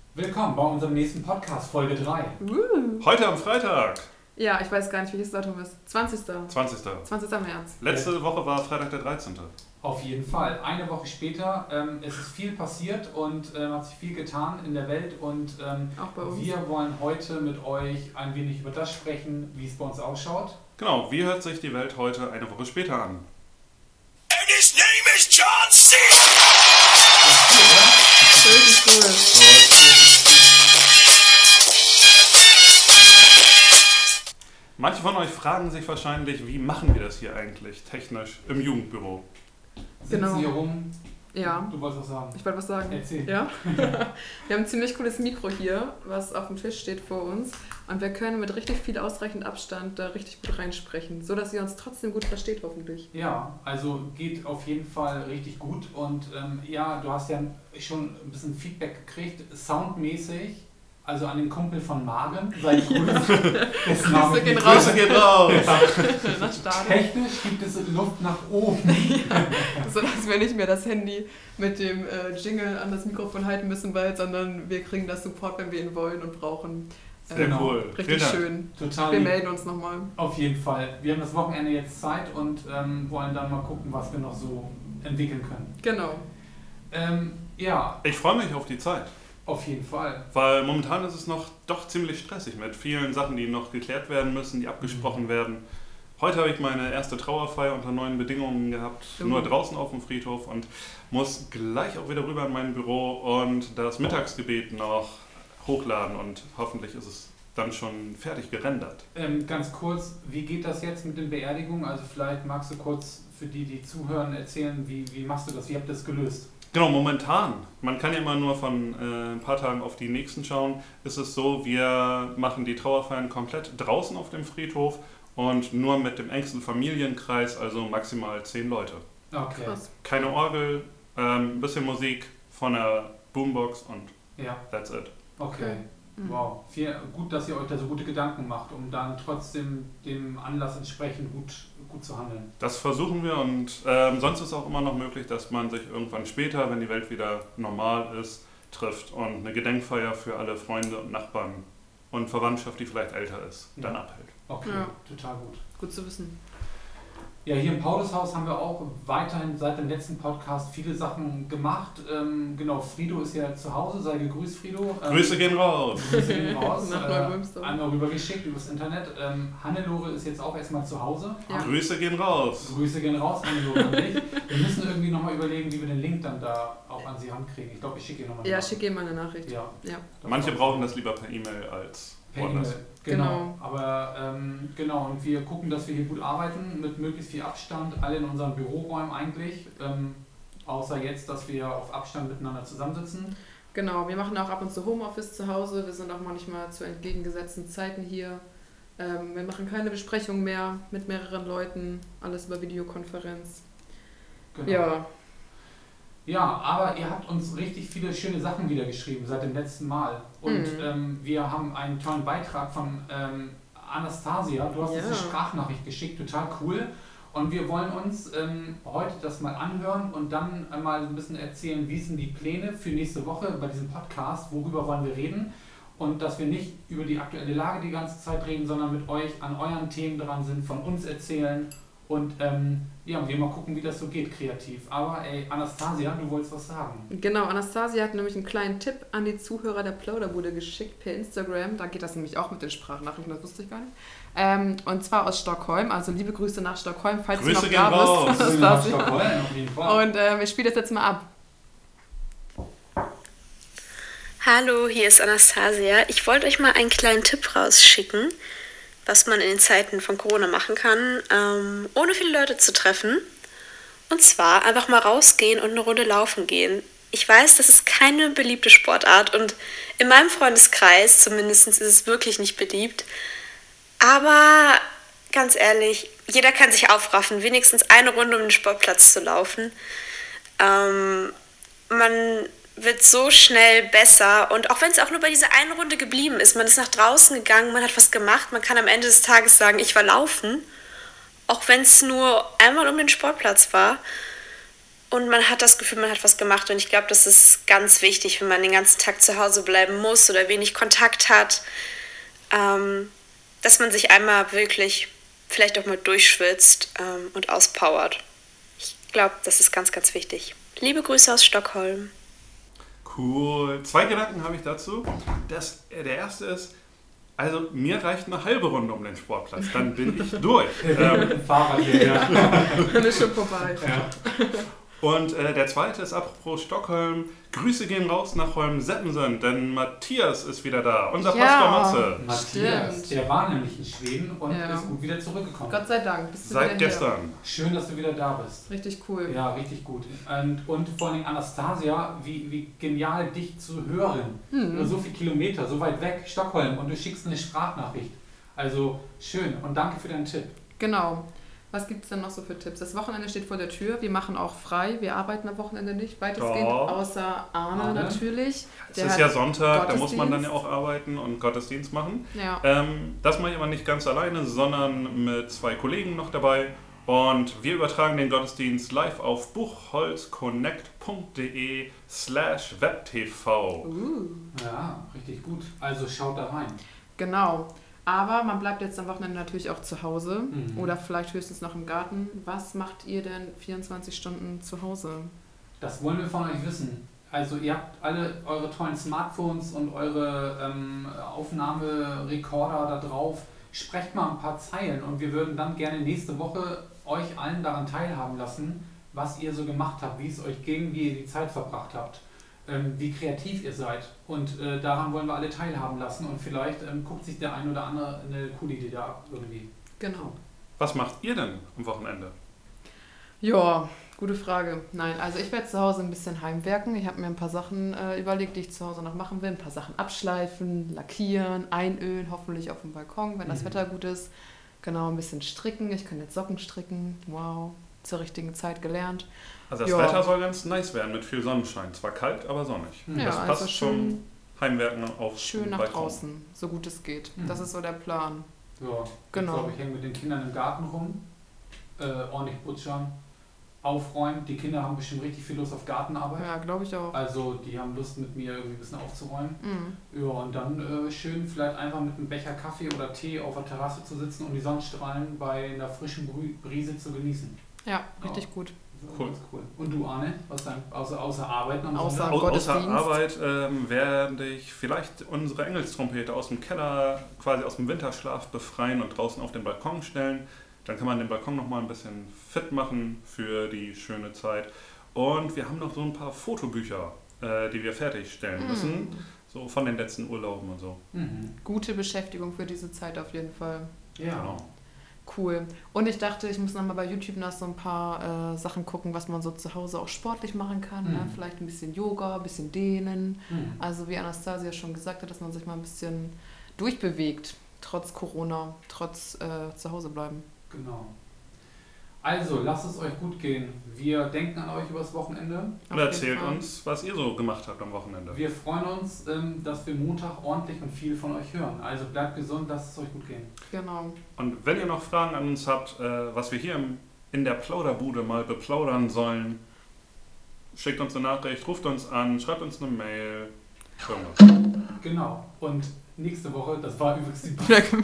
Willkommen bei unserem nächsten Podcast, Folge 3. Heute am Freitag. Ja, ich weiß gar nicht, welches Datum ist. 20. 20. 20. März. Letzte Woche war Freitag der 13. Auf jeden Fall. Eine Woche später, es ist viel passiert und hat sich viel getan in der Welt und Auch bei uns. wir wollen heute mit euch ein wenig über das sprechen, wie es bei uns ausschaut. Genau, wie hört sich die Welt heute eine Woche später an? And his name is John C. Richtig cool. Manche von euch fragen sich wahrscheinlich, wie machen wir das hier eigentlich technisch im Jugendbüro? Sitzen Genau. hier rum. Ja, Du wolltest was sagen. ich wollte was sagen. Erzähl. Ja? Wir haben ein ziemlich cooles Mikro hier, was auf dem Tisch steht vor uns. Und wir können mit richtig viel ausreichend Abstand da richtig gut reinsprechen, sodass ihr uns trotzdem gut versteht, hoffentlich. Ja, also geht auf jeden Fall richtig gut und ja, du hast ja schon ein bisschen Feedback gekriegt, soundmäßig, also an den Kumpel von Maren, sei Grüße. Grüße gehen raus. Grüße gehen raus! Nach Stadion. Technisch gibt es Luft nach oben. Sodass wir nicht mehr das Handy mit dem Jingle an das Mikrofon halten müssen bald, sondern wir kriegen das Support, wenn wir ihn wollen und brauchen. Sehr Genau. cool. Richtig Vielen Dank. schön. Total Wir lieb. melden uns nochmal. Auf jeden Fall. Wir haben das Wochenende jetzt Zeit und wollen dann mal gucken, was wir noch so entwickeln können. Genau. Ja, Ich freue mich auf die Zeit, auf jeden Fall. weil momentan ist es noch doch ziemlich stressig mit vielen Sachen, die noch geklärt werden müssen, die abgesprochen werden. Heute habe ich meine erste Trauerfeier unter neuen Bedingungen gehabt, nur draußen auf dem Friedhof und muss gleich auch wieder rüber in mein Büro und das Mittagsgebet noch hochladen und hoffentlich ist es dann schon fertig gerendert. Ganz kurz, wie geht das jetzt mit den Beerdigungen? Also vielleicht magst du kurz für die, die zuhören, erzählen, wie machst du das? Wie habt ihr das gelöst? Genau, momentan, man kann ja immer nur von ein paar Tagen auf die nächsten schauen, ist es so, wir machen die Trauerfeiern komplett draußen auf dem Friedhof und nur mit dem engsten Familienkreis, also maximal 10 Leute. Okay. Krass. Keine Orgel, ein bisschen Musik von der Boombox und Ja, that's it. okay. Wow. Gut, dass ihr euch da so gute Gedanken macht, um dann trotzdem dem Anlass entsprechend gut zu handeln. Das versuchen wir und sonst ist auch immer noch möglich, dass man sich irgendwann später, wenn die Welt wieder normal ist, trifft und eine Gedenkfeier für alle Freunde und Nachbarn und Verwandtschaft, die vielleicht älter ist, dann Ja. abhält. Okay, Ja. total gut. Gut zu wissen. Ja, hier im Paulushaus haben wir auch weiterhin seit dem letzten Podcast viele Sachen gemacht. Genau, Frido ist ja zu Hause, sei gegrüßt, Frido. Grüße gehen raus! Grüße gehen raus. Nach Neuböhmsdorf. Einmal rübergeschickt übers Internet. Hannelore ist jetzt auch erstmal zu Hause. Ja. Grüße gehen raus! Grüße gehen raus, Hannelore an dich. Wir müssen irgendwie nochmal überlegen, wie wir den Link dann da auch an sie rankriegen. Ich glaube, ich schicke ihr nochmal Ja, schick ihm mal eine Nachricht. Ja, Ja. Manche brauchen das lieber per E-Mail als per woanders. E-Mail. Genau. Genau. Aber genau, und wir gucken, dass wir hier gut arbeiten, mit möglichst viel Abstand, alle in unseren Büroräumen eigentlich. Außer jetzt, dass wir auf Abstand miteinander zusammensitzen. Genau, wir machen auch ab und zu Homeoffice zu Hause. Wir sind auch manchmal zu entgegengesetzten Zeiten hier. Wir machen keine Besprechung mehr mit mehreren Leuten. Alles über Videokonferenz. Genau. Ja, Ja, aber ihr habt uns richtig viele schöne Sachen wieder geschrieben seit dem letzten Mal. Und wir haben einen tollen Beitrag von Anastasia. Du hast uns eine Ja. Sprachnachricht geschickt, total cool. Und wir wollen uns heute das mal anhören und dann mal ein bisschen erzählen, wie sind die Pläne für nächste Woche bei diesem Podcast, worüber wollen wir reden. Und dass wir nicht über die aktuelle Lage die ganze Zeit reden, sondern mit euch an euren Themen dran sind, von uns erzählen. Und ja, wir mal gucken, wie das so geht, kreativ. Aber ey, Anastasia, du wolltest was sagen. genau. Anastasia hat nämlich einen kleinen Tipp an die Zuhörer der Plauderbude geschickt per Instagram. Da geht das nämlich auch mit den Sprachnachrichten, das wusste ich gar nicht. Und zwar aus Stockholm. Also liebe Grüße nach Stockholm, falls Grüße du noch gehen da raus. bist. Grüße nach Anastasia. Stockholm, auf jeden Fall. Und ich spiele das jetzt mal ab. Hallo, hier ist Anastasia. Ich wollte euch mal einen kleinen Tipp rausschicken, was man in den Zeiten von Corona machen kann, ohne viele Leute zu treffen. Und zwar einfach mal rausgehen und eine Runde laufen gehen. Ich weiß, das ist keine beliebte Sportart und in meinem Freundeskreis zumindest ist es wirklich nicht beliebt. Aber ganz ehrlich, jeder kann sich aufraffen, wenigstens eine Runde um den Sportplatz zu laufen. Man wird so schnell besser und auch wenn es auch nur bei dieser einen Runde geblieben ist, man ist nach draußen gegangen, man hat was gemacht, man kann am Ende des Tages sagen, ich war laufen, auch wenn es nur einmal um den Sportplatz war. und man hat das Gefühl, man hat was gemacht. Und ich glaube, das ist ganz wichtig, wenn man den ganzen Tag zu Hause bleiben muss oder wenig Kontakt hat, dass man sich einmal wirklich vielleicht auch mal durchschwitzt und auspowert. Ich glaube, das ist ganz, ganz wichtig. Liebe Grüße aus Stockholm. Cool. 2 Gedanken habe ich dazu. Der erste ist, also mir reicht eine halbe Runde um den Sportplatz, dann bin ich durch. Fahrrad hier, ja. Dann ist schon vorbei. Ja. Und der zweite ist apropos Stockholm. Grüße gehen raus nach Holmseppensen, denn Matthias ist wieder da. Unser Pastor Matze. Matthias, Stimmt. der war nämlich in Schweden und Ja. ist gut wieder zurückgekommen. Gott sei Dank. Bist du Seit wieder gestern. Schön, dass du wieder da bist. Hier. Richtig cool. Ja, richtig gut. Und vor allem Anastasia, wie genial dich zu hören. Über so viele Kilometer, so weit weg, Stockholm, und du schickst eine Sprachnachricht. Also schön und danke für deinen Tipp. Genau. Was gibt es denn noch so für Tipps? Das Wochenende steht vor der Tür. Wir machen auch frei. Wir arbeiten am Wochenende nicht weitestgehend, Doch. außer Arne natürlich. Es Der ist hat ja Sonntag, da muss man dann ja Gottesdienst. auch arbeiten und Gottesdienst machen. Ja. Das mache ich aber nicht ganz alleine, sondern mit 2 Kollegen noch dabei. Und wir übertragen den Gottesdienst live auf buchholzconnect.de/webtv. Ja, richtig gut. Also schaut da rein. Genau. Aber man bleibt jetzt am Wochenende natürlich auch zu Hause Mhm. oder vielleicht höchstens noch im Garten. Was macht ihr denn 24 Stunden zu Hause? Das wollen wir von euch wissen. Also ihr habt alle eure tollen Smartphones und eure Aufnahmerekorder da drauf. Sprecht mal ein paar Zeilen und wir würden dann gerne nächste Woche euch allen daran teilhaben lassen, was ihr so gemacht habt, wie es euch ging, wie ihr die Zeit verbracht habt, wie kreativ ihr seid. Und daran wollen wir alle teilhaben lassen und vielleicht guckt sich der ein oder andere eine coole Idee da ab irgendwie. Genau. Was macht ihr denn am Wochenende? Ja, gute Frage. Nein, also ich werde zu Hause ein bisschen heimwerken. Ich habe mir ein paar Sachen überlegt, die ich zu Hause noch machen will. Ein paar Sachen abschleifen, lackieren, einölen, hoffentlich auf dem Balkon, wenn das Wetter gut ist. Genau, ein bisschen stricken. Ich kann jetzt Socken stricken. Wow, zur richtigen Zeit gelernt. Also das Ja. Wetter soll ganz nice werden mit viel Sonnenschein. Zwar kalt, aber sonnig. Mhm. Ja, Das passt also schön, zum Heimwerken auf schön dem nach Balkon. draußen, so gut es geht. Mhm. Das ist so der Plan. Ja, Genau. Ich glaube, ich hänge mit den Kindern im Garten rum, ordentlich butschern, aufräumen. Die Kinder haben bestimmt richtig viel Lust auf Gartenarbeit. Ja, glaube ich auch. Also die haben Lust mit mir irgendwie ein bisschen aufzuräumen. Mhm. Ja, und dann schön vielleicht einfach mit einem Becher Kaffee oder Tee auf der Terrasse zu sitzen und die Sonnenstrahlen bei einer frischen Brise zu genießen. Ja, richtig gut. So, Cool. ganz cool. Und du, Arne, was dann außer Arbeiten am Außer- Sonntag? Außer Gottesdienst. Arbeit werde ich vielleicht unsere Engelstrompete aus dem Keller, quasi aus dem Winterschlaf befreien und draußen auf den Balkon stellen. Dann kann man den Balkon nochmal ein bisschen fit machen für die schöne Zeit. Und wir haben noch so ein paar Fotobücher, die wir fertigstellen müssen. So von den letzten Urlauben und so. Mhm. Gute Beschäftigung für diese Zeit auf jeden Fall. Ja. Genau. Cool. Und ich dachte, ich muss nochmal bei YouTube nach so ein paar Sachen gucken, was man so zu Hause auch sportlich machen kann. Ne? Mhm. Vielleicht ein bisschen Yoga, ein bisschen Dehnen. Mhm. Also wie Anastasia schon gesagt hat, dass man sich mal ein bisschen durchbewegt, trotz Corona, trotz zu Hause bleiben. Genau. Also, lasst es euch gut gehen. Wir denken an euch übers Wochenende. Auf Und jeden erzählt Fall. uns, was ihr so gemacht habt am Wochenende. Wir freuen uns, dass wir Montag ordentlich und viel von euch hören. Also bleibt gesund, lasst es euch gut gehen. Genau. Und wenn ihr noch Fragen an uns habt, was wir hier in der Plauderbude mal beplaudern sollen, schickt uns eine Nachricht, ruft uns an, schreibt uns eine Mail. Irgendwas. Genau. Und nächste Woche, das war übrigens die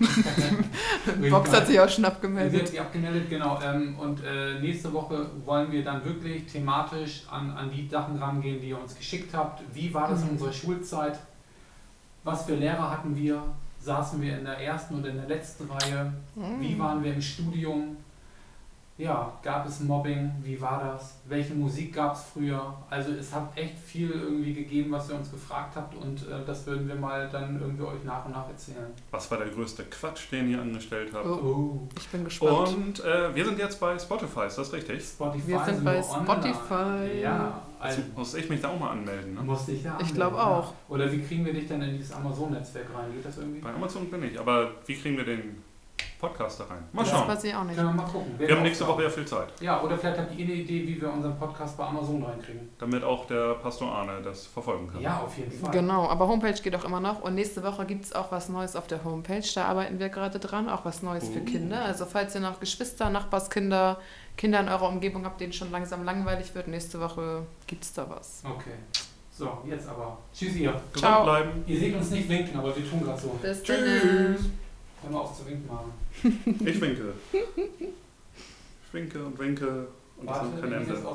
Box hat sich auch schon Sie abgemeldet. hat sich abgemeldet, genau. Und nächste Woche wollen wir dann wirklich thematisch an die Sachen rangehen, die ihr uns geschickt habt. Wie war das in unserer Schulzeit? Was für Lehrer hatten wir? Saßen wir in der ersten oder in der letzten Reihe? Wie waren wir im Studium? Ja, gab es Mobbing? Wie war das? Welche Musik gab es früher? Also es hat echt viel irgendwie gegeben, was ihr uns gefragt habt und das würden wir mal dann irgendwie euch nach und nach erzählen. Was war der größte Quatsch, den ihr angestellt habt? Oh, ich bin gespannt. Und wir sind jetzt bei Spotify, ist das richtig? Spotify Wir sind bei wir online. Spotify. Ja, also Jetzt muss ich mich da auch mal anmelden. Ne? musste ich ja. Ich glaube anmelden, auch. Ja. Oder wie kriegen wir dich dann in dieses Amazon-Netzwerk rein? Geht das irgendwie? Bei Amazon bin ich, aber wie kriegen wir den Podcast da rein? Mal Das schauen. weiß ich auch nicht. Können wir mal gucken. Wir haben nächste Woche ja viel Zeit, Ja, oder vielleicht habt ihr eine Idee, wie wir unseren Podcast bei Amazon reinkriegen. damit auch der Pastor Arne das verfolgen kann. Ja, auf jeden Fall. Genau, aber Homepage geht auch immer noch. Und nächste Woche gibt es auch was Neues auf der Homepage. Da arbeiten wir gerade dran. Auch was Neues für Kinder. Also falls ihr noch Geschwister, Nachbarskinder, Kinder in eurer Umgebung habt, denen schon langsam langweilig wird, nächste Woche gibt's da was. Okay. So, jetzt aber. Tschüss ihr. Ciao. Gesund bleiben. Ihr seht uns nicht winken, aber wir tun gerade so. Bis Tschüss. dann. Hör mal auf zu winken, Maren. Ich winke. Ich winke und winke und das Warte, nimmt kein wir gehen Ende. jetzt aus